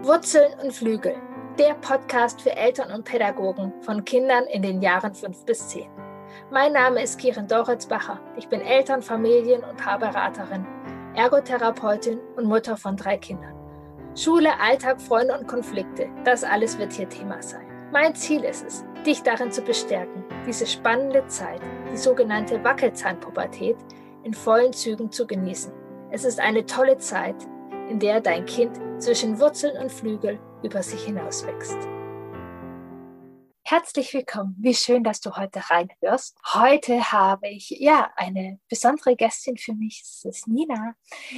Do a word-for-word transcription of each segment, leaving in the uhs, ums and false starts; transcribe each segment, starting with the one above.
Wurzeln und Flügel, der Podcast für Eltern und Pädagogen von Kindern in den Jahren fünf bis zehn. Mein Name ist Kirin Doritzbacher. Ich bin Eltern-, Familien- und Paarberaterin, Ergotherapeutin und Mutter von drei Kindern. Schule, Alltag, Freunde und Konflikte, das alles wird hier Thema sein. Mein Ziel ist es, dich darin zu bestärken, diese spannende Zeit, die sogenannte Wackelzahnpubertät, in vollen Zügen zu genießen. Es ist eine tolle Zeit, in der dein Kind zwischen Wurzeln und Flügel über sich hinauswächst. Herzlich willkommen. Wie schön, dass du heute reinhörst. Heute habe ich ja eine besondere Gästin für mich. Das ist Nina.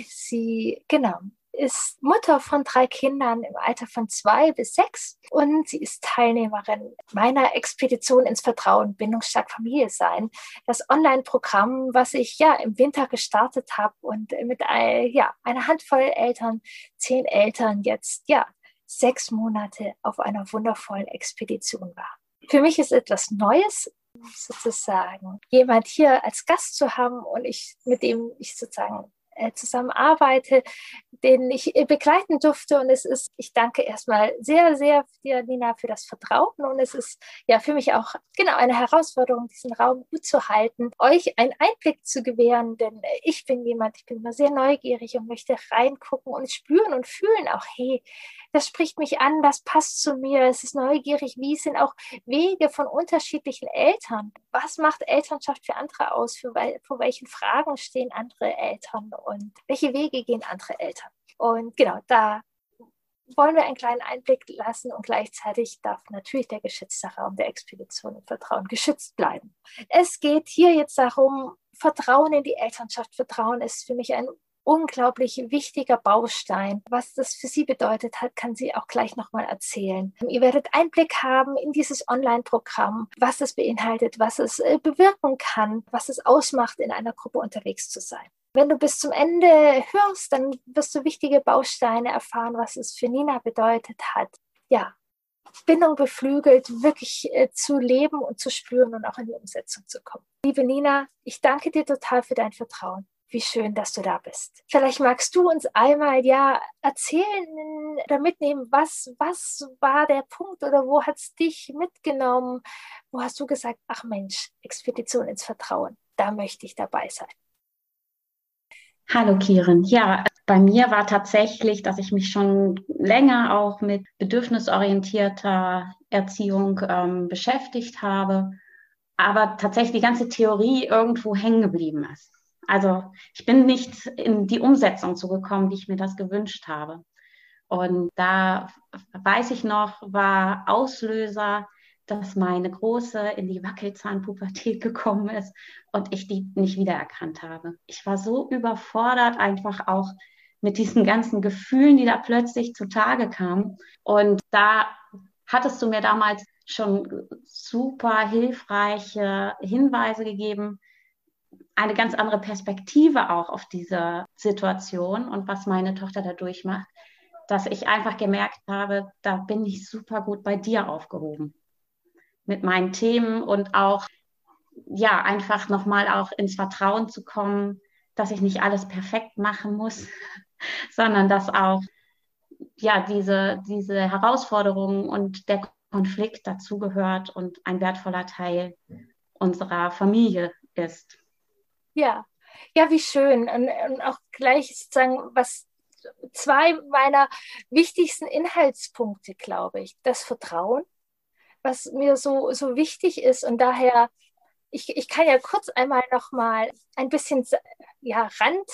Sie, genau, ist Mutter von drei Kindern im Alter von zwei bis sechs und sie ist Teilnehmerin meiner Expedition ins Vertrauen, bindungsstark Familie sein. Das Online-Programm, was ich ja im Winter gestartet habe und mit äh, ja, einer Handvoll Eltern, zehn Eltern jetzt ja sechs Monate auf einer wundervollen Expedition war. Für mich ist etwas Neues, sozusagen jemand hier als Gast zu haben und ich, mit dem ich sozusagen zusammenarbeite, den ich begleiten durfte. Und es ist, ich danke erstmal sehr, sehr dir, Nina, für das Vertrauen. Und es ist ja für mich auch genau eine Herausforderung, diesen Raum gut zu halten, euch einen Einblick zu gewähren, denn ich bin jemand, ich bin immer sehr neugierig und möchte reingucken und spüren und fühlen auch, hey, das spricht mich an, das passt zu mir, es ist neugierig, wie sind auch Wege von unterschiedlichen Eltern? Was macht Elternschaft für andere aus? Für, vor welchen Fragen stehen andere Eltern und welche Wege gehen andere Eltern? Und genau, da wollen wir einen kleinen Einblick lassen und gleichzeitig darf natürlich der geschützte Raum der Expedition im Vertrauen geschützt bleiben. Es geht hier jetzt darum, Vertrauen in die Elternschaft. Vertrauen ist für mich ein unglaublich wichtiger Baustein. Was das für sie bedeutet hat, kann sie auch gleich nochmal erzählen. Ihr werdet Einblick haben in dieses Online-Programm, was es beinhaltet, was es bewirken kann, was es ausmacht, in einer Gruppe unterwegs zu sein. Wenn du bis zum Ende hörst, dann wirst du wichtige Bausteine erfahren, was es für Nina bedeutet hat. Ja, Bindung beflügelt, wirklich äh, zu leben und zu spüren und auch in die Umsetzung zu kommen. Liebe Nina, ich danke dir total für dein Vertrauen. Wie schön, dass du da bist. Vielleicht magst du uns einmal ja erzählen oder mitnehmen, was, was war der Punkt oder wo hat es dich mitgenommen? Wo hast du gesagt, ach Mensch, Expedition ins Vertrauen, da möchte ich dabei sein. Hallo Kirin. Ja, bei mir war tatsächlich, dass ich mich schon länger auch mit bedürfnisorientierter Erziehung ähm, beschäftigt habe, aber tatsächlich die ganze Theorie irgendwo hängen geblieben ist. Also ich bin nicht in die Umsetzung zugekommen, wie ich mir das gewünscht habe. Und da weiß ich noch, war Auslöser, dass meine Große in die Wackelzahnpubertät gekommen ist und ich die nicht wiedererkannt habe. Ich war so überfordert einfach auch mit diesen ganzen Gefühlen, die da plötzlich zutage kamen. Und da hattest du mir damals schon super hilfreiche Hinweise gegeben, eine ganz andere Perspektive auch auf diese Situation und was meine Tochter da durchmacht, dass ich einfach gemerkt habe, da bin ich super gut bei dir aufgehoben mit meinen Themen und auch, ja, einfach nochmal auch ins Vertrauen zu kommen, dass ich nicht alles perfekt machen muss, sondern dass auch, ja, diese, diese Herausforderungen und der Konflikt dazugehört und ein wertvoller Teil unserer Familie ist. Ja, ja, wie schön. Und, und auch gleich sozusagen, was zwei meiner wichtigsten Inhaltspunkte, glaube ich, das Vertrauen, was mir so, so wichtig ist. Und daher, ich, ich kann ja kurz einmal noch mal ein bisschen ja,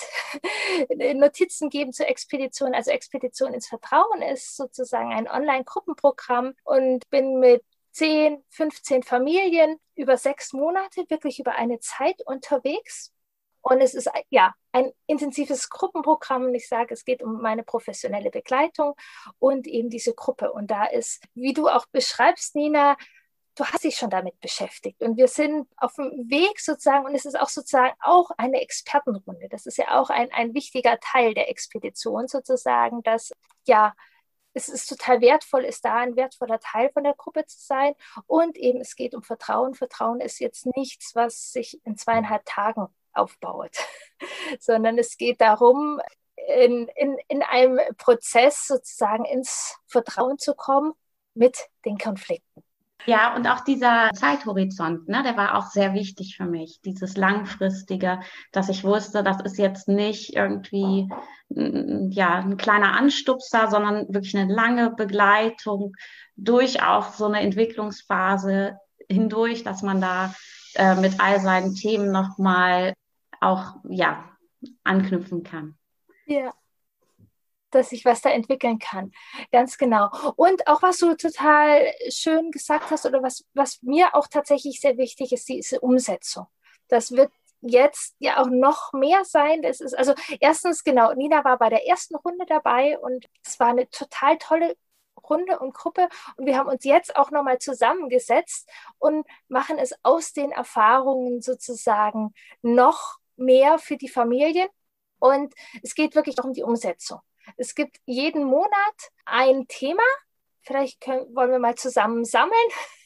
Randnotizen geben zur Expedition. Also Expedition ins Vertrauen ist sozusagen ein Online-Gruppenprogramm und bin mit zehn, fünfzehn Familien über sechs Monate, wirklich über eine Zeit unterwegs. Und es ist ja ein intensives Gruppenprogramm. Und ich sage, es geht um meine professionelle Begleitung und eben diese Gruppe. Und da ist, wie du auch beschreibst, Nina, du hast dich schon damit beschäftigt. Und wir sind auf dem Weg sozusagen, und es ist auch sozusagen auch eine Expertenrunde. Das ist ja auch ein, ein wichtiger Teil der Expedition sozusagen, dass ja, es ist total wertvoll, ist da ein wertvoller Teil von der Gruppe zu sein. Und eben, es geht um Vertrauen. Vertrauen ist jetzt nichts, was sich in zweieinhalb Tagen aufbaut, sondern es geht darum, in, in, in einem Prozess sozusagen ins Vertrauen zu kommen mit den Konflikten. Ja, und auch dieser Zeithorizont, ne, der war auch sehr wichtig für mich. Dieses Langfristige, dass ich wusste, das ist jetzt nicht irgendwie ja, ein kleiner Anstupser, sondern wirklich eine lange Begleitung durch auch so eine Entwicklungsphase hindurch, dass man da äh, mit all seinen Themen nochmal auch ja, anknüpfen kann. Ja, dass sich was da entwickeln kann. Ganz genau. Und auch was du total schön gesagt hast oder was, was mir auch tatsächlich sehr wichtig ist, diese Umsetzung. Das wird jetzt ja auch noch mehr sein. Das ist also erstens genau, Nina war bei der ersten Runde dabei und es war eine total tolle Runde und Gruppe und wir haben uns jetzt auch nochmal zusammengesetzt und machen es aus den Erfahrungen sozusagen noch mehr für die Familien und es geht wirklich um die Umsetzung. Es gibt jeden Monat ein Thema. Vielleicht können, wollen wir mal zusammen sammeln.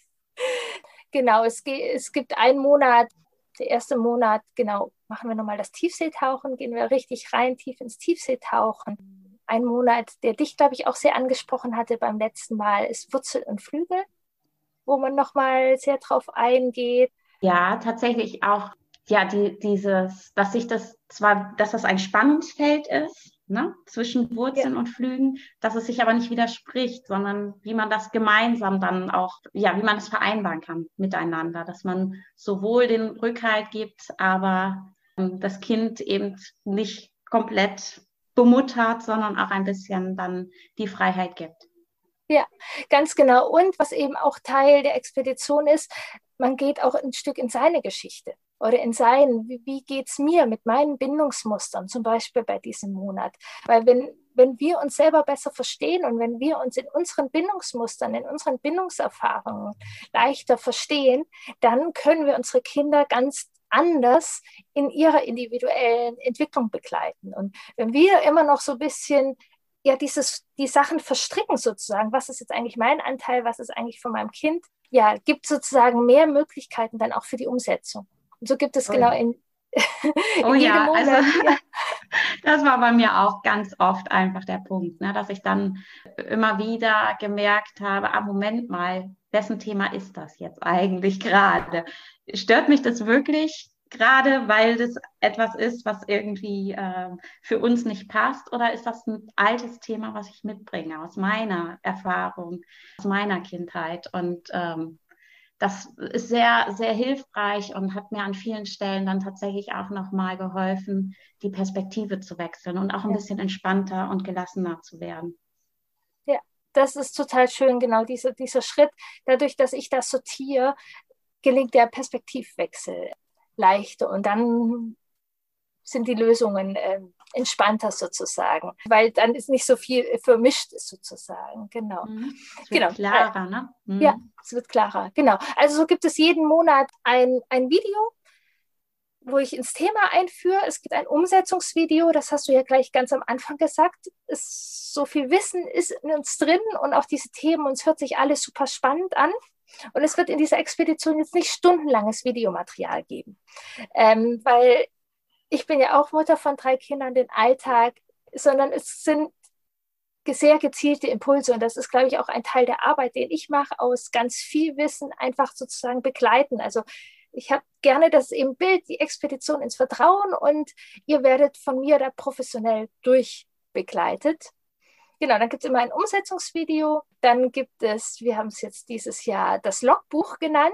Genau, es, geht, es gibt einen Monat, der erste Monat, genau, machen wir nochmal das Tiefseetauchen, gehen wir richtig rein, tief ins Tiefseetauchen. Ein Monat, der dich, glaube ich, auch sehr angesprochen hatte beim letzten Mal, ist Wurzel und Flügel, wo man nochmal sehr drauf eingeht. Ja, tatsächlich auch, ja, die, dieses, dass sich das zwar, dass das ein Spannungsfeld ist, ne, zwischen Wurzeln ja. und Flügen, dass es sich aber nicht widerspricht, sondern wie man das gemeinsam dann auch, ja, wie man das vereinbaren kann miteinander, dass man sowohl den Rückhalt gibt, aber ähm, das Kind eben nicht komplett bemuttert, sondern auch ein bisschen dann die Freiheit gibt. Ja, ganz genau. Und was eben auch Teil der Expedition ist, man geht auch ein Stück in seine Geschichte oder in sein, wie, wie geht es mir mit meinen Bindungsmustern, zum Beispiel bei diesem Monat. Weil wenn, wenn wir uns selber besser verstehen und wenn wir uns in unseren Bindungsmustern, in unseren Bindungserfahrungen leichter verstehen, dann können wir unsere Kinder ganz anders in ihrer individuellen Entwicklung begleiten. Und wenn wir immer noch so ein bisschen ja, dieses, die Sachen verstricken sozusagen, was ist jetzt eigentlich mein Anteil, was ist eigentlich von meinem Kind, ja, gibt sozusagen mehr Möglichkeiten dann auch für die Umsetzung. Und so gibt es oh, genau in, in oh, jedem ja, Monat. Also, ja. Das war bei mir auch ganz oft einfach der Punkt, ne, dass ich dann immer wieder gemerkt habe, ah, Moment mal, wessen Thema ist das jetzt eigentlich gerade? Stört mich das wirklich gerade, weil das etwas ist, was irgendwie äh, für uns nicht passt? Oder ist das ein altes Thema, was ich mitbringe aus meiner Erfahrung, aus meiner Kindheit? Und ähm, das ist sehr, sehr hilfreich und hat mir an vielen Stellen dann tatsächlich auch nochmal geholfen, die Perspektive zu wechseln und auch ein ja. bisschen entspannter und gelassener zu werden. Ja, das ist total schön, genau dieser, dieser Schritt. Dadurch, dass ich das sortiere, gelingt der Perspektivwechsel leichter und dann sind die Lösungen äh, entspannter sozusagen, weil dann ist nicht so viel vermischt ist sozusagen, genau. Mhm. Es wird genau. klarer, ne? Mhm. Ja, es wird klarer, genau. Also so gibt es jeden Monat ein, ein Video, wo ich ins Thema einführe. Es gibt ein Umsetzungsvideo, das hast du ja gleich ganz am Anfang gesagt. Es, so viel Wissen ist in uns drin und auch diese Themen, uns hört sich alles super spannend an. Und es wird in dieser Expedition jetzt nicht stundenlanges Videomaterial geben, ähm, weil ich bin ja auch Mutter von drei Kindern, den Alltag, sondern es sind sehr gezielte Impulse und das ist, glaube ich, auch ein Teil der Arbeit, den ich mache, aus ganz viel Wissen einfach sozusagen begleiten. Also ich habe gerne das eben Bild, die Expedition ins Vertrauen und ihr werdet von mir da professionell durchbegleitet. Genau, dann gibt es immer ein Umsetzungsvideo. Dann gibt es, wir haben es jetzt dieses Jahr das Logbuch genannt,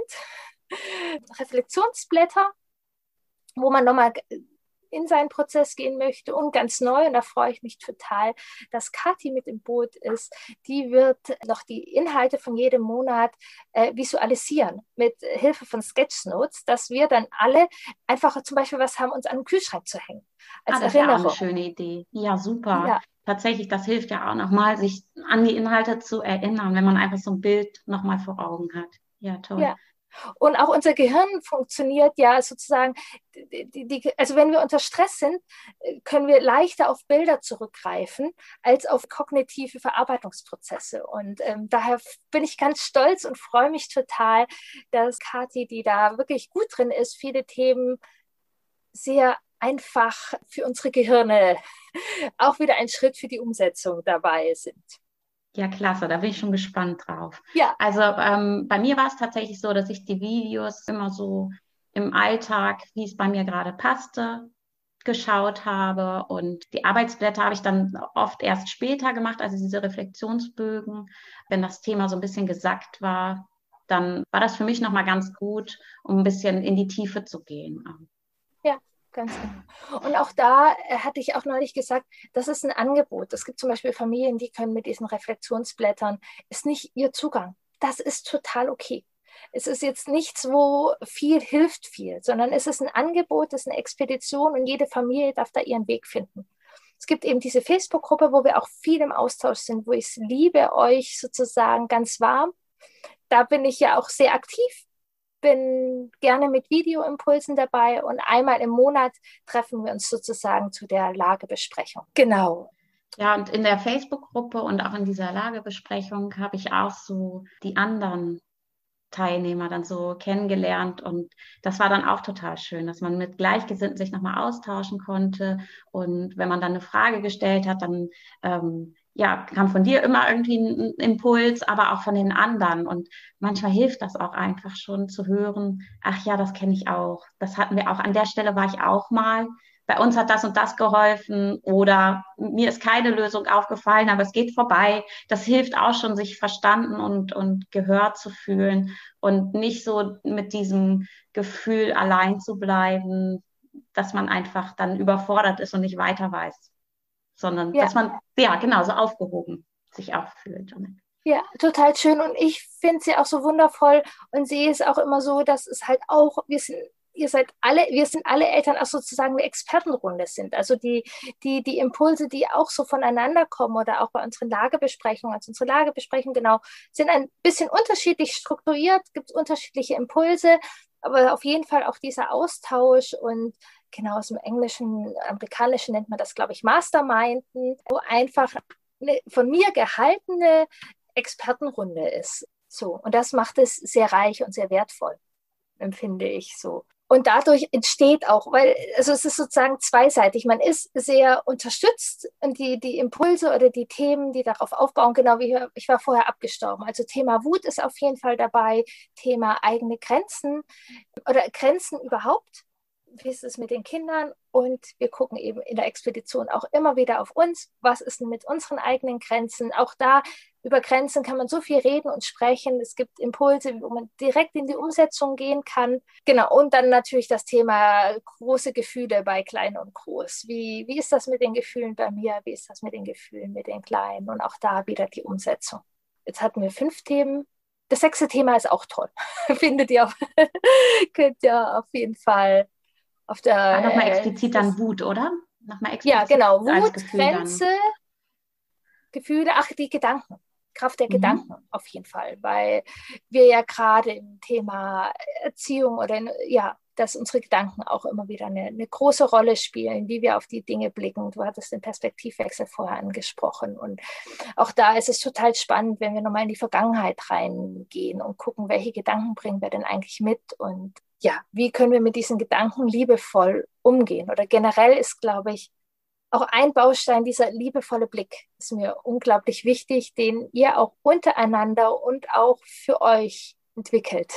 Reflexionsblätter, wo man nochmal in seinen Prozess gehen möchte und ganz neu, und da freue ich mich total, dass Kathi mit im Boot ist. Die wird noch die Inhalte von jedem Monat äh, visualisieren mit Hilfe von Sketchnotes, dass wir dann alle einfach zum Beispiel was haben, uns an den Kühlschrank zu hängen. Als ah, das Erinnerung. Ist ja auch eine schöne Idee. Ja, super. Ja. Tatsächlich, das hilft ja auch nochmal, sich an die Inhalte zu erinnern, wenn man einfach so ein Bild nochmal vor Augen hat. Ja, toll. Ja. Und auch unser Gehirn funktioniert ja sozusagen, die, die, also wenn wir unter Stress sind, können wir leichter auf Bilder zurückgreifen als auf kognitive Verarbeitungsprozesse. Und ähm, daher bin ich ganz stolz und freue mich total, dass Kathi, die da wirklich gut drin ist, viele Themen sehr einfach für unsere Gehirne auch wieder ein Schritt für die Umsetzung dabei sind. Ja, klasse, da bin ich schon gespannt drauf. Ja. Also ähm, bei mir war es tatsächlich so, dass ich die Videos immer so im Alltag, wie es bei mir gerade passte, geschaut habe. Und die Arbeitsblätter habe ich dann oft erst später gemacht, also diese Reflexionsbögen. Wenn das Thema so ein bisschen gesackt war, dann war das für mich nochmal ganz gut, um ein bisschen in die Tiefe zu gehen. Ja, ganz genau. Und auch da äh, hatte ich auch neulich gesagt, das ist ein Angebot. Es gibt zum Beispiel Familien, die können mit diesen Reflexionsblättern, ist nicht ihr Zugang. Das ist total okay. Es ist jetzt nichts, wo viel hilft viel, sondern es ist ein Angebot, es ist eine Expedition und jede Familie darf da ihren Weg finden. Es gibt eben diese Facebook-Gruppe, wo wir auch viel im Austausch sind, wo ich es liebe, euch sozusagen ganz warm. Da bin ich ja auch sehr aktiv, bin gerne mit Videoimpulsen dabei und einmal im Monat treffen wir uns sozusagen zu der Lagebesprechung. Genau. Ja, und in der Facebook-Gruppe und auch in dieser Lagebesprechung habe ich auch so die anderen Teilnehmer dann so kennengelernt und das war dann auch total schön, dass man mit Gleichgesinnten sich nochmal austauschen konnte und wenn man dann eine Frage gestellt hat, dann ähm, ja, kam von dir immer irgendwie ein Impuls, aber auch von den anderen und manchmal hilft das auch einfach schon zu hören, ach ja, das kenne ich auch, das hatten wir auch, an der Stelle war ich auch mal, bei uns hat das und das geholfen oder mir ist keine Lösung aufgefallen, aber es geht vorbei. Das hilft auch schon, sich verstanden und, und gehört zu fühlen und nicht so mit diesem Gefühl allein zu bleiben, dass man einfach dann überfordert ist und nicht weiter weiß, sondern Ja. dass man, ja, genauso aufgehoben sich auch fühlt. Ja, total schön und ich finde sie auch so wundervoll und sehe es auch immer so, dass es halt auch, wir sind ihr seid alle, wir sind alle Eltern auch sozusagen eine Expertenrunde sind. Also die, die, die Impulse, die auch so voneinander kommen oder auch bei unseren Lagebesprechungen, also unsere Lagebesprechungen genau, sind ein bisschen unterschiedlich strukturiert, gibt es unterschiedliche Impulse, aber auf jeden Fall auch dieser Austausch und genau aus dem Englischen, Amerikanischen nennt man das, glaube ich, Masterminden, wo einfach eine von mir gehaltene Expertenrunde ist. So, und das macht es sehr reich und sehr wertvoll, empfinde ich so. Und dadurch entsteht auch, weil also es ist sozusagen zweiseitig. Man ist sehr unterstützt und die, die Impulse oder die Themen, die darauf aufbauen, genau wie ich war vorher abgestorben. Also Thema Wut ist auf jeden Fall dabei, Thema eigene Grenzen oder Grenzen überhaupt. Wie ist es mit den Kindern? Und wir gucken eben in der Expedition auch immer wieder auf uns. Was ist denn mit unseren eigenen Grenzen? Auch da über Grenzen kann man so viel reden und sprechen. Es gibt Impulse, wo man direkt in die Umsetzung gehen kann. Genau. Und dann natürlich das Thema große Gefühle bei Klein und Groß. Wie, wie ist das mit den Gefühlen bei mir? Wie ist das mit den Gefühlen mit den Kleinen? Und auch da wieder die Umsetzung. Jetzt hatten wir fünf Themen. Das sechste Thema ist auch toll. Findet ihr auf, könnt ihr auf jeden Fall auf der. Ah, nochmal explizit äh, dann Wut, oder? Nochmal explizit ja, genau. Wut, Gefühl Grenze, dann. Gefühle, ach, die Gedanken. Kraft der Mhm. Gedanken auf jeden Fall, weil wir ja gerade im Thema Erziehung oder ja, dass unsere Gedanken auch immer wieder eine, eine große Rolle spielen, wie wir auf die Dinge blicken. Du hattest den Perspektivwechsel vorher angesprochen und auch da ist es total spannend, wenn wir nochmal in die Vergangenheit reingehen und gucken, welche Gedanken bringen wir denn eigentlich mit und ja, wie können wir mit diesen Gedanken liebevoll umgehen oder generell ist, glaube ich, auch ein Baustein, dieser liebevolle Blick ist mir unglaublich wichtig, den ihr auch untereinander und auch für euch entwickelt.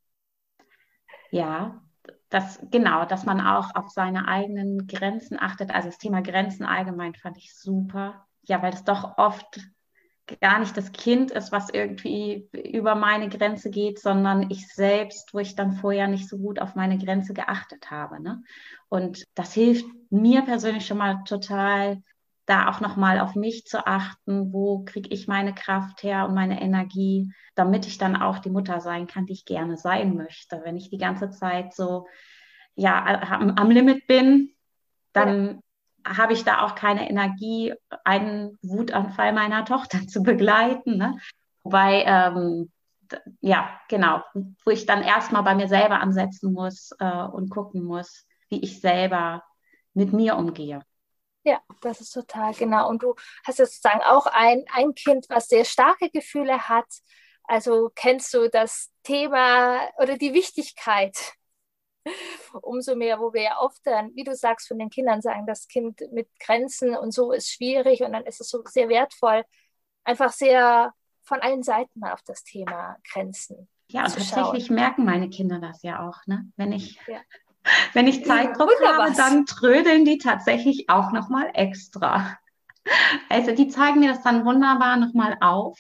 Ja, das, genau, dass man auch auf seine eigenen Grenzen achtet. Also das Thema Grenzen allgemein fand ich super. Ja, weil es doch oft gar nicht das Kind ist, was irgendwie über meine Grenze geht, sondern ich selbst, wo ich dann vorher nicht so gut auf meine Grenze geachtet habe. Ne? Und das hilft mir persönlich schon mal total, da auch nochmal auf mich zu achten, wo kriege ich meine Kraft her und meine Energie, damit ich dann auch die Mutter sein kann, die ich gerne sein möchte. Wenn ich die ganze Zeit so ja, am, am Limit bin, dann ja. habe ich da auch keine Energie, einen Wutanfall meiner Tochter zu begleiten. Ne? Wobei, ähm, ja, genau, wo ich dann erstmal bei mir selber ansetzen muss äh, und gucken muss, wie ich selber mit mir umgehe. Ja, das ist total genau. Und du hast jetzt sozusagen auch ein, ein Kind, was sehr starke Gefühle hat. Also kennst du das Thema oder die Wichtigkeit umso mehr, wo wir ja oft dann, wie du sagst, von den Kindern sagen, das Kind mit Grenzen und so ist schwierig und dann ist es so sehr wertvoll, einfach sehr von allen Seiten mal auf das Thema Grenzen Ja, und zu tatsächlich schauen. merken meine Kinder das ja auch, ne? Wenn ich, Ja. wenn ich Zeitdruck habe, dann trödeln die tatsächlich auch nochmal extra. Also die zeigen mir das dann wunderbar nochmal auf,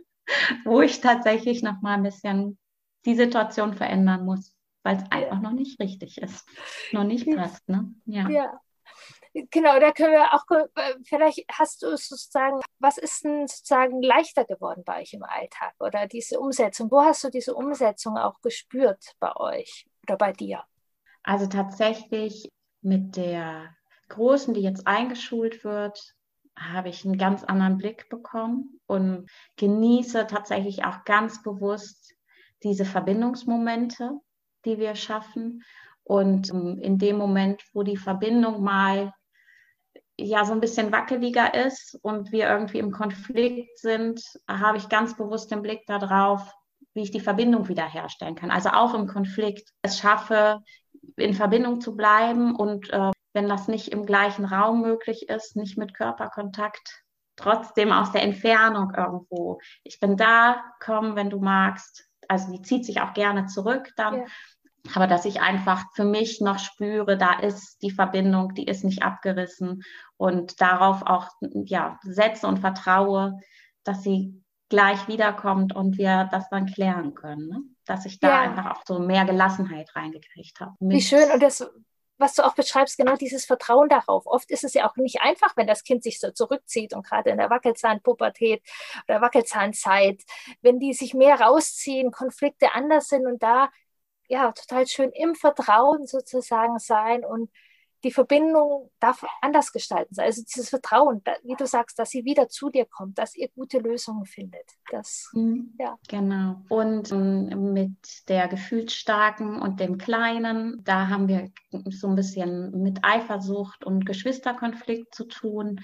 wo ich tatsächlich nochmal ein bisschen die Situation verändern muss, weil es einfach Ja. noch nicht richtig ist, noch nicht passt, ne? Ja. Ja. Genau, da können wir auch, vielleicht hast du sozusagen, was ist denn sozusagen leichter geworden bei euch im Alltag oder diese Umsetzung? Wo hast du diese Umsetzung auch gespürt bei euch oder bei dir? Also tatsächlich mit der Großen, die jetzt eingeschult wird, habe ich einen ganz anderen Blick bekommen und genieße tatsächlich auch ganz bewusst diese Verbindungsmomente, die wir schaffen. Und in dem Moment, wo die Verbindung mal ja so ein bisschen wackeliger ist und wir irgendwie im Konflikt sind, habe ich ganz bewusst den Blick darauf, wie ich die Verbindung wiederherstellen kann. Also auch im Konflikt es schaffe, in Verbindung zu bleiben und äh, wenn das nicht im gleichen Raum möglich ist, nicht mit Körperkontakt, trotzdem aus der Entfernung irgendwo. Ich bin da, komm, wenn du magst. Also die zieht sich auch gerne zurück dann. Ja. Aber dass ich einfach für mich noch spüre, da ist die Verbindung, die ist nicht abgerissen und darauf auch ja, setze und vertraue, dass sie gleich wiederkommt und wir das dann klären können. Ne? Dass ich da ja. einfach auch so mehr Gelassenheit reingekriegt habe. Wie schön und das, was du auch beschreibst, genau dieses Vertrauen darauf. Oft ist es ja auch nicht einfach, wenn das Kind sich so zurückzieht und gerade in der Wackelzahnpubertät oder Wackelzahnzeit, wenn die sich mehr rausziehen, Konflikte anders sind und da ja, total schön im Vertrauen sozusagen sein und die Verbindung darf anders gestalten sein. Also dieses Vertrauen, wie du sagst, dass sie wieder zu dir kommt, dass ihr gute Lösungen findet. Das, mhm, ja. Genau. Und ähm, mit der Gefühlsstarken und dem Kleinen, da haben wir so ein bisschen mit Eifersucht und Geschwisterkonflikt zu tun.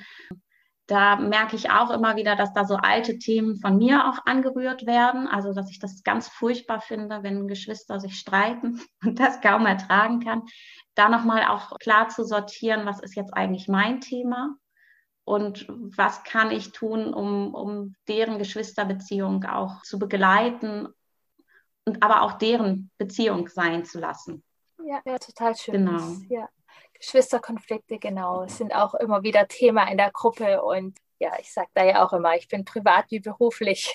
Da merke ich auch immer wieder, dass da so alte Themen von mir auch angerührt werden. Also, dass ich das ganz furchtbar finde, wenn Geschwister sich streiten und das kaum ertragen kann. Da nochmal auch klar zu sortieren, was ist jetzt eigentlich mein Thema und was kann ich tun, um, um deren Geschwisterbeziehung auch zu begleiten und aber auch deren Beziehung sein zu lassen. Ja, ja, total schön. Genau. Ja. Geschwisterkonflikte, genau, sind auch immer wieder Thema in der Gruppe und ja, ich sage da ja auch immer, ich bin privat wie beruflich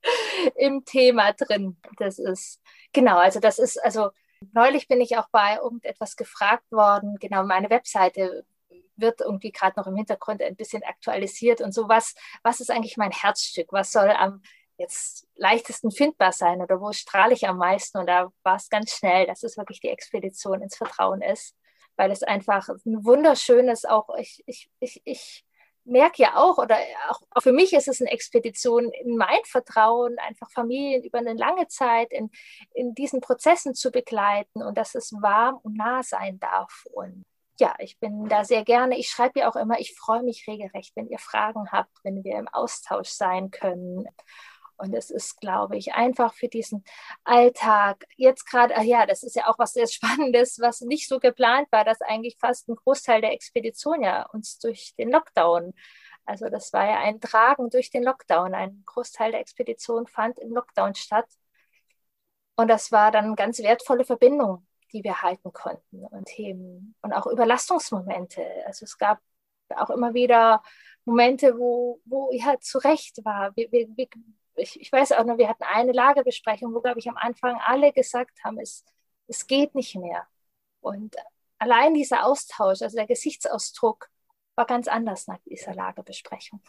im Thema drin. Das ist, genau, also das ist, also neulich bin ich auch bei irgendetwas gefragt worden, genau, meine Webseite wird irgendwie gerade noch im Hintergrund ein bisschen aktualisiert und so, was, was ist eigentlich mein Herzstück, was soll am jetzt leichtesten findbar sein oder wo strahle ich am meisten und da war es ganz schnell, dass es wirklich die Expedition ins Vertrauen ist. Weil es einfach ein wunderschönes, auch ich, ich, ich, ich merke ja auch, oder auch, auch für mich ist es eine Expedition in mein Vertrauen, einfach Familien über eine lange Zeit in, in diesen Prozessen zu begleiten und dass es warm und nah sein darf. Und ja, ich bin da sehr gerne, ich schreibe ja auch immer, ich freue mich regelrecht, wenn ihr Fragen habt, wenn wir im Austausch sein können. Und es ist, glaube ich, einfach für diesen Alltag jetzt gerade, ach ja, das ist ja auch was sehr Spannendes, was nicht so geplant war, dass eigentlich fast ein Großteil der Expedition ja uns durch den Lockdown, also das war ja ein Tragen durch den Lockdown, ein Großteil der Expedition fand im Lockdown statt. Und das war dann eine ganz wertvolle Verbindung, die wir halten konnten und Themen und auch Überlastungsmomente. Also es gab auch immer wieder Momente, wo, wo ja zu Recht war. Wir, wir, wir, ich, ich weiß auch noch, wir hatten eine Lagebesprechung, wo, glaube ich, am Anfang alle gesagt haben, es, es geht nicht mehr. Und allein dieser Austausch, also der Gesichtsausdruck, war ganz anders nach dieser Lagebesprechung.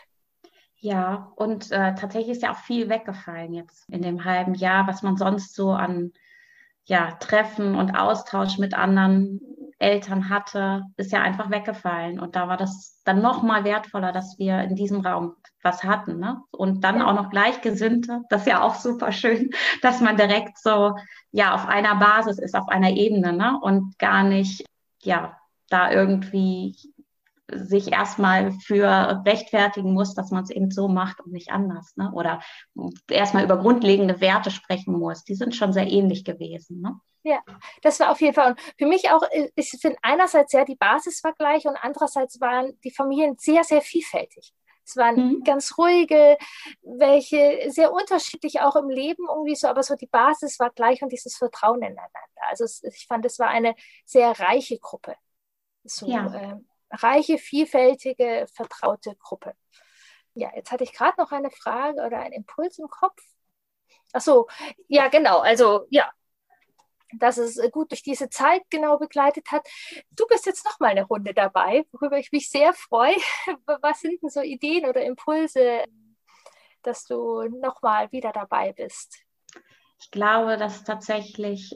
Ja, und äh, tatsächlich ist ja auch viel weggefallen jetzt in dem halben Jahr, was man sonst so an ja, Treffen und Austausch mit anderen Eltern hatte, ist ja einfach weggefallen. Und da war das dann noch mal wertvoller, dass wir in diesem Raum was hatten. Ne? Und dann auch noch Gleichgesinnte. Das ist ja auch super schön, dass man direkt so ja auf einer Basis ist, auf einer Ebene, ne? Und gar nicht ja da irgendwie sich erstmal für rechtfertigen muss, dass man es eben so macht und nicht anders. Ne? Oder erstmal über grundlegende Werte sprechen muss. Die sind schon sehr ähnlich gewesen. Ne? Ja, das war auf jeden Fall. Und für mich auch, ich finde einerseits, ja, die Basis war gleich und andererseits waren die Familien sehr, sehr vielfältig. Es waren Mhm. ganz ruhige, welche sehr unterschiedlich auch im Leben irgendwie so, aber so die Basis war gleich und dieses Vertrauen ineinander. Also es, ich fand, es war eine sehr reiche Gruppe. So Ja. äh, reiche, vielfältige, vertraute Gruppe. Ja, jetzt hatte ich gerade noch eine Frage oder einen Impuls im Kopf. Ach so, ja, genau. Also ja, dass es gut durch diese Zeit genau begleitet hat. Du bist jetzt noch mal eine Runde dabei, worüber ich mich sehr freue. Was sind denn so Ideen oder Impulse, dass du noch mal wieder dabei bist? Ich glaube, dass tatsächlich,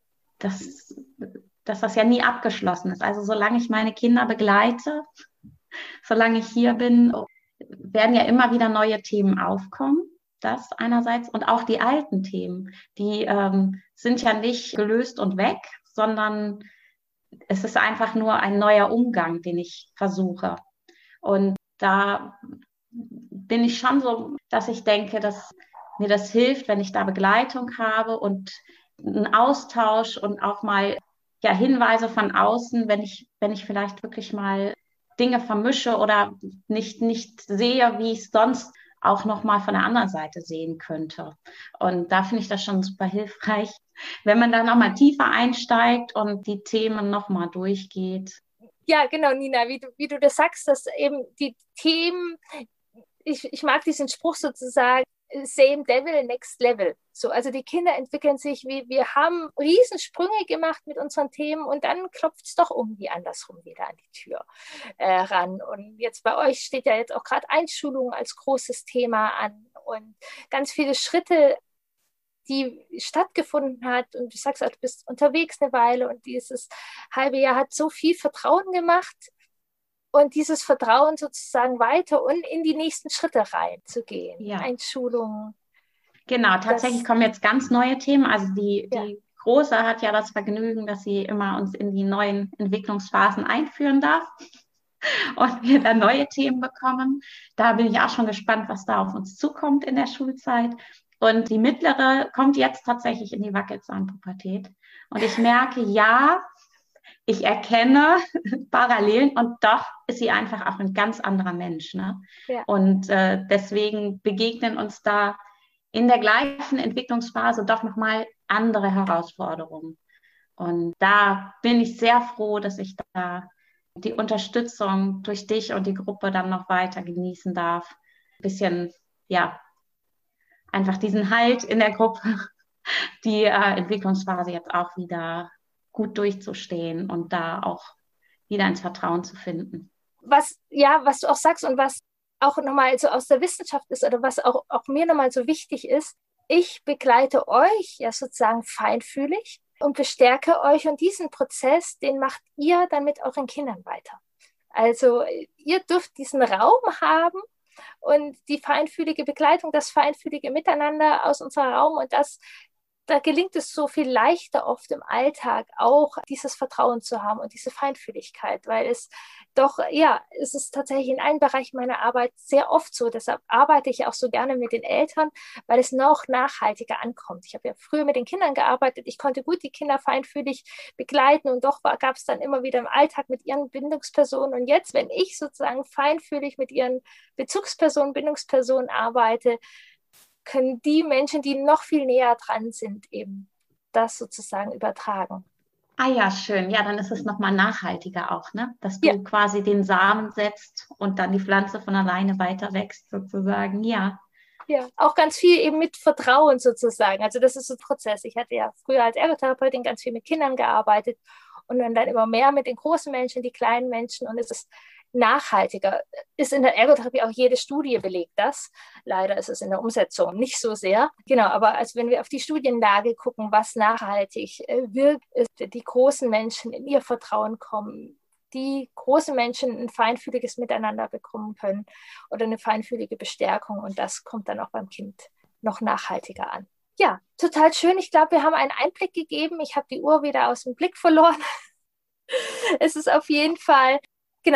dass, dass das ja nie abgeschlossen ist. Also solange ich meine Kinder begleite, solange ich hier bin, werden ja immer wieder neue Themen aufkommen. Das einerseits und auch die alten Themen, die ähm, sind ja nicht gelöst und weg, sondern es ist einfach nur ein neuer Umgang, den ich versuche. Und da bin ich schon so, dass ich denke, dass mir das hilft, wenn ich da Begleitung habe und einen Austausch und auch mal ja, Hinweise von außen, wenn ich, wenn ich vielleicht wirklich mal Dinge vermische oder nicht, nicht sehe, wie ich es sonst auch nochmal von der anderen Seite sehen könnte. Und da finde ich das schon super hilfreich, wenn man da nochmal tiefer einsteigt und die Themen nochmal durchgeht. Ja, genau, Nina, wie du, wie du das sagst, dass eben die Themen, ich, ich mag diesen Spruch sozusagen, same devil, next level. So, also die Kinder entwickeln sich, wie wir haben Riesensprünge gemacht mit unseren Themen und dann klopft es doch irgendwie andersrum wieder an die Tür äh, ran. Und jetzt bei euch steht ja jetzt auch gerade Einschulung als großes Thema an und ganz viele Schritte, die stattgefunden hat. Und du sagst, du bist unterwegs eine Weile und dieses halbe Jahr hat so viel Vertrauen gemacht und dieses Vertrauen sozusagen weiter und in die nächsten Schritte reinzugehen. Ja. Einschulungen. Genau, tatsächlich Das, kommen jetzt ganz neue Themen. Also die, ja. die Große hat ja das Vergnügen, dass sie immer uns in die neuen Entwicklungsphasen einführen darf und wir dann neue Themen bekommen. Da bin ich auch schon gespannt, was da auf uns zukommt in der Schulzeit. Und die Mittlere kommt jetzt tatsächlich in die Wackelzahnpubertät. Und ich merke, ja, ich erkenne Parallelen und doch ist sie einfach auch ein ganz anderer Mensch. Ne? Ja. Und äh, deswegen begegnen uns da in der gleichen Entwicklungsphase doch nochmal andere Herausforderungen. Und da bin ich sehr froh, dass ich da die Unterstützung durch dich und die Gruppe dann noch weiter genießen darf. Ein bisschen, ja, einfach diesen Halt in der Gruppe, die äh, Entwicklungsphase jetzt auch wieder gut durchzustehen und da auch wieder ins Vertrauen zu finden. Was, ja, was du auch sagst und was auch nochmal so aus der Wissenschaft ist oder was auch, auch mir nochmal so wichtig ist, ich begleite euch ja sozusagen feinfühlig und bestärke euch und diesen Prozess, den macht ihr dann mit euren Kindern weiter. Also ihr dürft diesen Raum haben und die feinfühlige Begleitung, das feinfühlige Miteinander aus unserem Raum und das da gelingt es so viel leichter oft im Alltag auch, dieses Vertrauen zu haben und diese Feinfühligkeit, weil es doch, ja, es ist tatsächlich in allen Bereichen meiner Arbeit sehr oft so. Deshalb arbeite ich auch so gerne mit den Eltern, weil es noch nachhaltiger ankommt. Ich habe ja früher mit den Kindern gearbeitet. Ich konnte gut die Kinder feinfühlig begleiten und doch gab es dann immer wieder im Alltag mit ihren Bindungspersonen. Und jetzt, wenn ich sozusagen feinfühlig mit ihren Bezugspersonen, Bindungspersonen arbeite, können die Menschen, die noch viel näher dran sind, eben das sozusagen übertragen. Ah ja, schön. Ja, dann ist es nochmal nachhaltiger auch, ne? Dass du Ja. quasi den Samen setzt und dann die Pflanze von alleine weiter wächst, sozusagen. Ja. Ja, auch ganz viel eben mit Vertrauen sozusagen. Also das ist so ein Prozess. Ich hatte ja früher als Ergotherapeutin ganz viel mit Kindern gearbeitet und dann, dann immer mehr mit den großen Menschen, die kleinen Menschen und es ist nachhaltiger. Ist in der Ergotherapie auch jede Studie belegt das. Leider ist es in der Umsetzung nicht so sehr. Genau, aber also wenn wir auf die Studienlage gucken, was nachhaltig wirkt, ist, die großen Menschen in ihr Vertrauen kommen, die großen Menschen ein feinfühliges Miteinander bekommen können oder eine feinfühlige Bestärkung und das kommt dann auch beim Kind noch nachhaltiger an. Ja, total schön. Ich glaube, wir haben einen Einblick gegeben. Ich habe die Uhr wieder aus dem Blick verloren. Es ist auf jeden Fall, genau,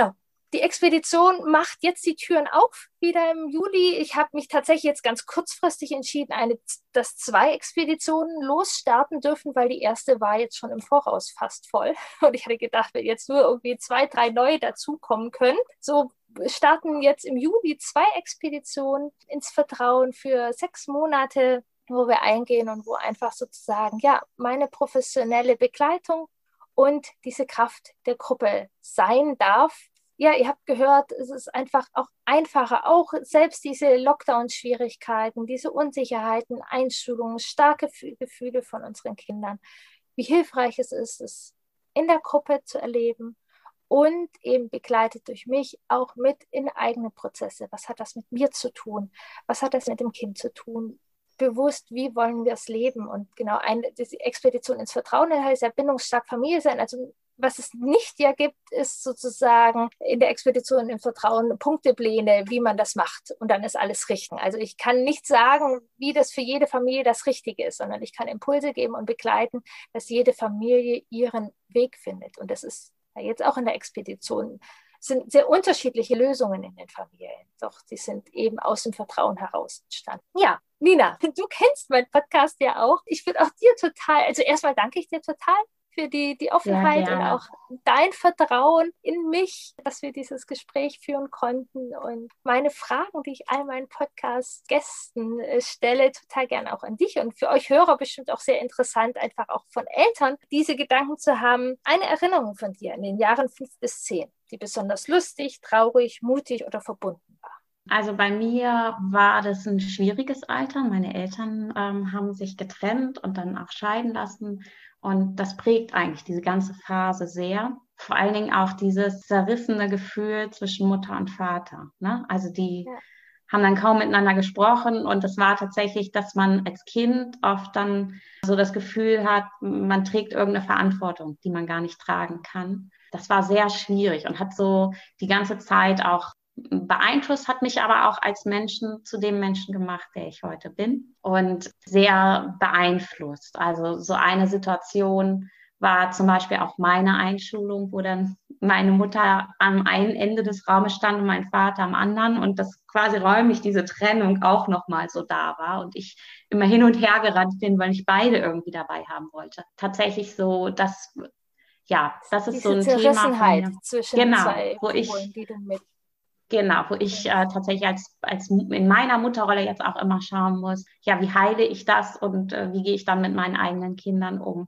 Die Expedition macht jetzt die Türen auf, wieder im Juli. Ich habe mich tatsächlich jetzt ganz kurzfristig entschieden, eine, dass zwei Expeditionen losstarten dürfen, weil die erste war jetzt schon im Voraus fast voll. Und ich hatte gedacht, wenn jetzt nur irgendwie zwei, drei neue dazukommen können. So starten jetzt im Juli zwei Expeditionen ins Vertrauen für sechs Monate, wo wir eingehen und wo einfach sozusagen, ja, meine professionelle Begleitung und diese Kraft der Gruppe sein darf. Ja, ihr habt gehört, es ist einfach auch einfacher, auch selbst diese Lockdown-Schwierigkeiten, diese Unsicherheiten, Einschulungen, starke Gefühle von unseren Kindern, wie hilfreich es ist, es in der Gruppe zu erleben und eben begleitet durch mich auch mit in eigene Prozesse. Was hat das mit mir zu tun? Was hat das mit dem Kind zu tun? Bewusst, wie wollen wir es leben? Und genau, eine, diese Expedition ins Vertrauen heißt ja bindungsstark Familie sein, also was es nicht ja gibt, ist sozusagen in der Expedition im Vertrauen Punktepläne, wie man das macht und dann ist alles richtig. Also ich kann nicht sagen, wie das für jede Familie das Richtige ist, sondern ich kann Impulse geben und begleiten, dass jede Familie ihren Weg findet. Und das ist ja jetzt auch in der Expedition, sind sehr unterschiedliche Lösungen in den Familien. Doch die sind eben aus dem Vertrauen heraus entstanden. Ja, Nina, du kennst meinen Podcast ja auch. Ich würde auch dir total, also erstmal danke ich dir total für die, die Offenheit und auch dein Vertrauen in mich, dass wir dieses Gespräch führen konnten. Und meine Fragen, die ich all meinen Podcast-Gästen äh, stelle, total gerne auch an dich. Und für euch Hörer bestimmt auch sehr interessant, einfach auch von Eltern, diese Gedanken zu haben. Eine Erinnerung von dir in den Jahren fünf bis zehn, die besonders lustig, traurig, mutig oder verbunden war. Also bei mir war das ein schwieriges Alter. Meine Eltern ähm, haben sich getrennt und dann auch scheiden lassen. Und das prägt eigentlich diese ganze Phase sehr. Vor allen Dingen auch dieses zerrissene Gefühl zwischen Mutter und Vater. Ne? Also die ja. haben dann kaum miteinander gesprochen. Und es war tatsächlich, dass man als Kind oft dann so das Gefühl hat, man trägt irgendeine Verantwortung, die man gar nicht tragen kann. Das war sehr schwierig und hat so die ganze Zeit auch beeinflusst, hat mich aber auch als Menschen zu dem Menschen gemacht, der ich heute bin und sehr beeinflusst. Also so eine Situation war zum Beispiel auch meine Einschulung, wo dann meine Mutter am einen Ende des Raumes stand und mein Vater am anderen und das quasi räumlich diese Trennung auch nochmal so da war und ich immer hin und her gerannt bin, weil ich beide irgendwie dabei haben wollte. Tatsächlich so, dass, ja, das ist diese so ein Thema von mir. Zwischen genau, zwei wo Polen, ich die du mit Genau, wo ich äh, tatsächlich als, als in meiner Mutterrolle jetzt auch immer schauen muss, ja, wie heile ich das und äh, wie gehe ich dann mit meinen eigenen Kindern um,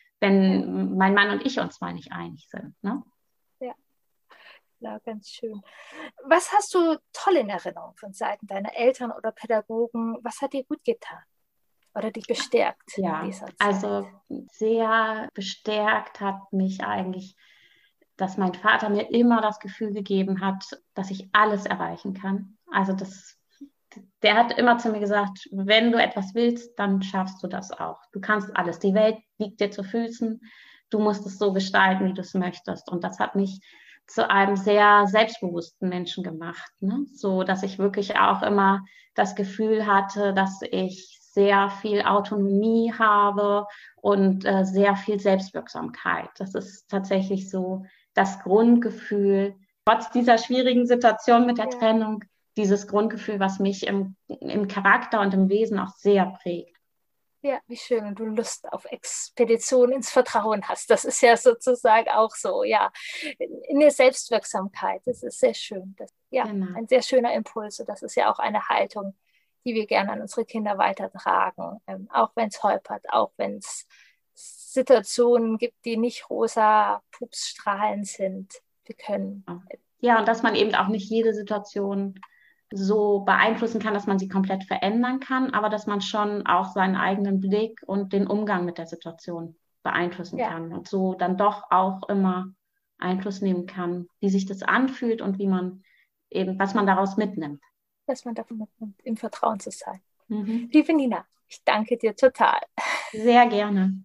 wenn mein Mann und ich uns mal nicht einig sind. Ne? Ja. Ja, ganz schön. Was hast du toll in Erinnerung von Seiten deiner Eltern oder Pädagogen? Was hat dir gut getan oder dich bestärkt ja, in dieser Zeit? Also sehr bestärkt hat mich eigentlich, dass mein Vater mir immer das Gefühl gegeben hat, dass ich alles erreichen kann. Also das, der hat immer zu mir gesagt, wenn du etwas willst, dann schaffst du das auch. Du kannst alles. Die Welt liegt dir zu Füßen. Du musst es so gestalten, wie du es möchtest. Und das hat mich zu einem sehr selbstbewussten Menschen gemacht, ne? So, dass ich wirklich auch immer das Gefühl hatte, dass ich sehr viel Autonomie habe und äh, sehr viel Selbstwirksamkeit. Das ist tatsächlich so das Grundgefühl, trotz dieser schwierigen Situation mit der ja. Trennung, dieses Grundgefühl, was mich im, im Charakter und im Wesen auch sehr prägt. Ja, wie schön, wenn du Lust auf Expedition ins Vertrauen hast. Das ist ja sozusagen auch so, ja, in der Selbstwirksamkeit. Das ist sehr schön. Das, ja, genau. Ein sehr schöner Impuls. Und das ist ja auch eine Haltung, die wir gerne an unsere Kinder weitertragen. Ähm, auch wenn es holpert, auch wenn es Situationen gibt, die nicht rosa Pupsstrahlen sind. Wir können. Ja, und dass man eben auch nicht jede Situation so beeinflussen kann, dass man sie komplett verändern kann, aber dass man schon auch seinen eigenen Blick und den Umgang mit der Situation beeinflussen ja. kann und so dann doch auch immer Einfluss nehmen kann, wie sich das anfühlt und wie man eben, was man daraus mitnimmt. Was man davon mitnimmt, im Vertrauen zu sein. Mhm. Liebe Nina, ich danke dir total. Sehr gerne.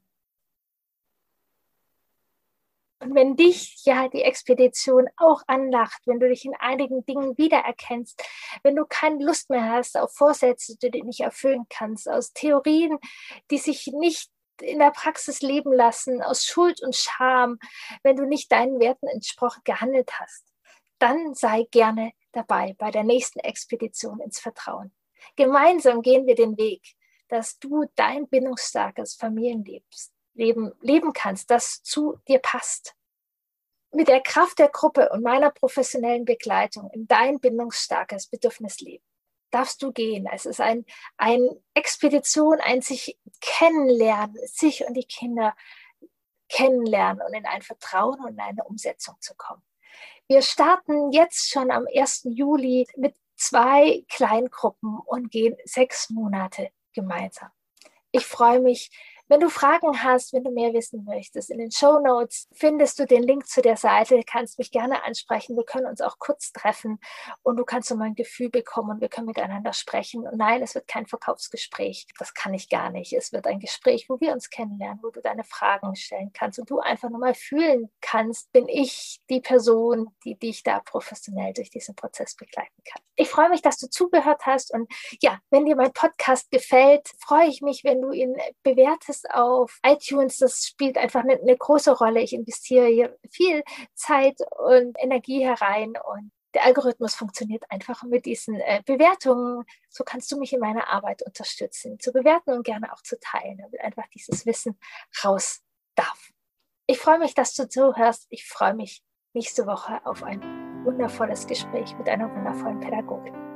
Und wenn dich ja die Expedition auch anlacht, wenn du dich in einigen Dingen wiedererkennst, wenn du keine Lust mehr hast auf Vorsätze, die du nicht erfüllen kannst, aus Theorien, die sich nicht in der Praxis leben lassen, aus Schuld und Scham, wenn du nicht deinen Werten entsprochen gehandelt hast, dann sei gerne dabei bei der nächsten Expedition ins Vertrauen. Gemeinsam gehen wir den Weg, dass du dein bindungsstarkes Familienleben leben, leben kannst, das zu dir passt. Mit der Kraft der Gruppe und meiner professionellen Begleitung in dein bindungsstarkes Bedürfnisleben darfst du gehen. Es ist ein, eine Expedition, ein sich kennenlernen, sich und die Kinder kennenlernen und in ein Vertrauen und in eine Umsetzung zu kommen. Wir starten jetzt schon am ersten Juli mit zwei Kleingruppen und gehen sechs Monate gemeinsam. Ich freue mich, wenn du Fragen hast, wenn du mehr wissen möchtest. In den Shownotes findest du den Link zu der Seite, kannst mich gerne ansprechen. Wir können uns auch kurz treffen und du kannst so mal ein Gefühl bekommen und wir können miteinander sprechen. Und nein, es wird kein Verkaufsgespräch. Das kann ich gar nicht. Es wird ein Gespräch, wo wir uns kennenlernen, wo du deine Fragen stellen kannst und du einfach nur mal fühlen kannst, bin ich die Person, die dich da professionell durch diesen Prozess begleiten kann. Ich freue mich, dass du zugehört hast und ja, wenn dir mein Podcast gefällt, freue ich mich, wenn du ihn bewertest auf iTunes. Das spielt einfach eine, eine große Rolle. Ich investiere hier viel Zeit und Energie herein und der Algorithmus funktioniert einfach mit diesen äh, Bewertungen. So kannst du mich in meiner Arbeit unterstützen, zu bewerten und gerne auch zu teilen, damit einfach dieses Wissen raus darf. Ich freue mich, dass du zuhörst. Ich freue mich nächste Woche auf ein wundervolles Gespräch mit einer wundervollen Pädagogin.